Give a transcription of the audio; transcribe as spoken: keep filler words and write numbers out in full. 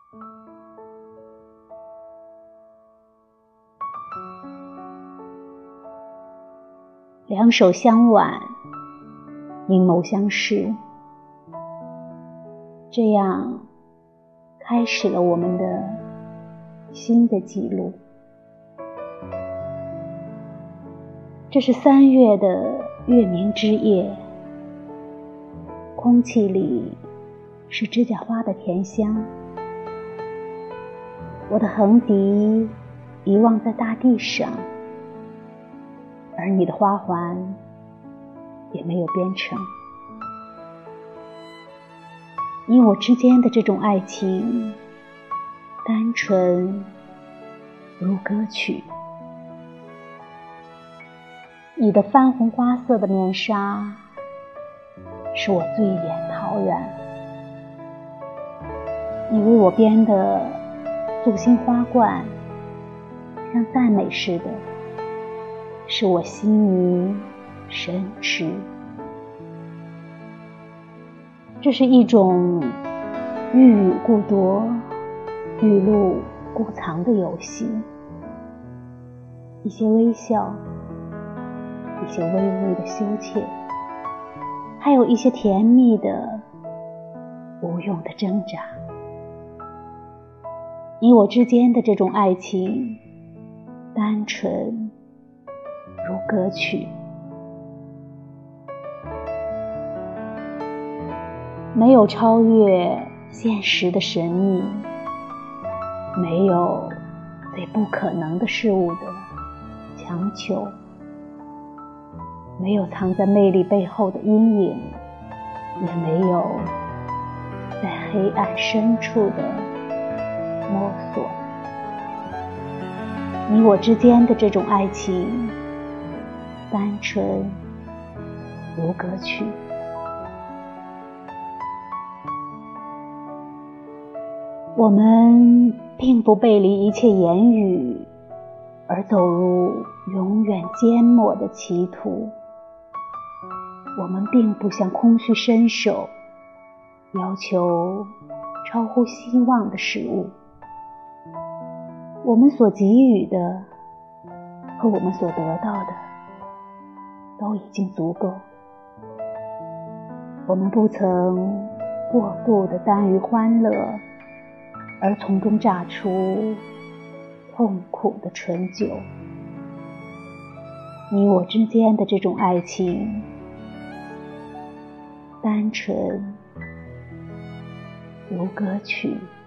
两手相挽，凝眸相视，这样开始了我们的新的记录。这是三月的月明之夜，空气里是指甲花的甜香。我的横笛遗忘在大地上，而你的花环也没有编成。你我之间的这种爱情，单纯如歌曲。你的番红花色的面纱，使我醉眼陶然。你为我编的素心花冠，像赞美似的，使我心迷神驰。这是一种欲语故夺、欲露故藏的游戏，一些微笑，一些微微的羞怯，还有一些甜蜜的无用的挣扎。你我之间的这种爱情，单纯如歌曲。没有超越现实的神秘，没有对不可能的事物的强求，没有藏在魅力背后的阴影，也没有在黑暗深处的摸索。你我之间的这种爱情，单纯如歌曲。我们并不背离一切言语，而走入永远缄默的歧途。我们并不向空虚伸手，要求超乎希望的事物。我们所给予的和我们所得到的都已经足够。我们不曾过度的耽于欢乐，而从中榨出痛苦的醇酒。你我之间的这种爱情，单纯如歌曲。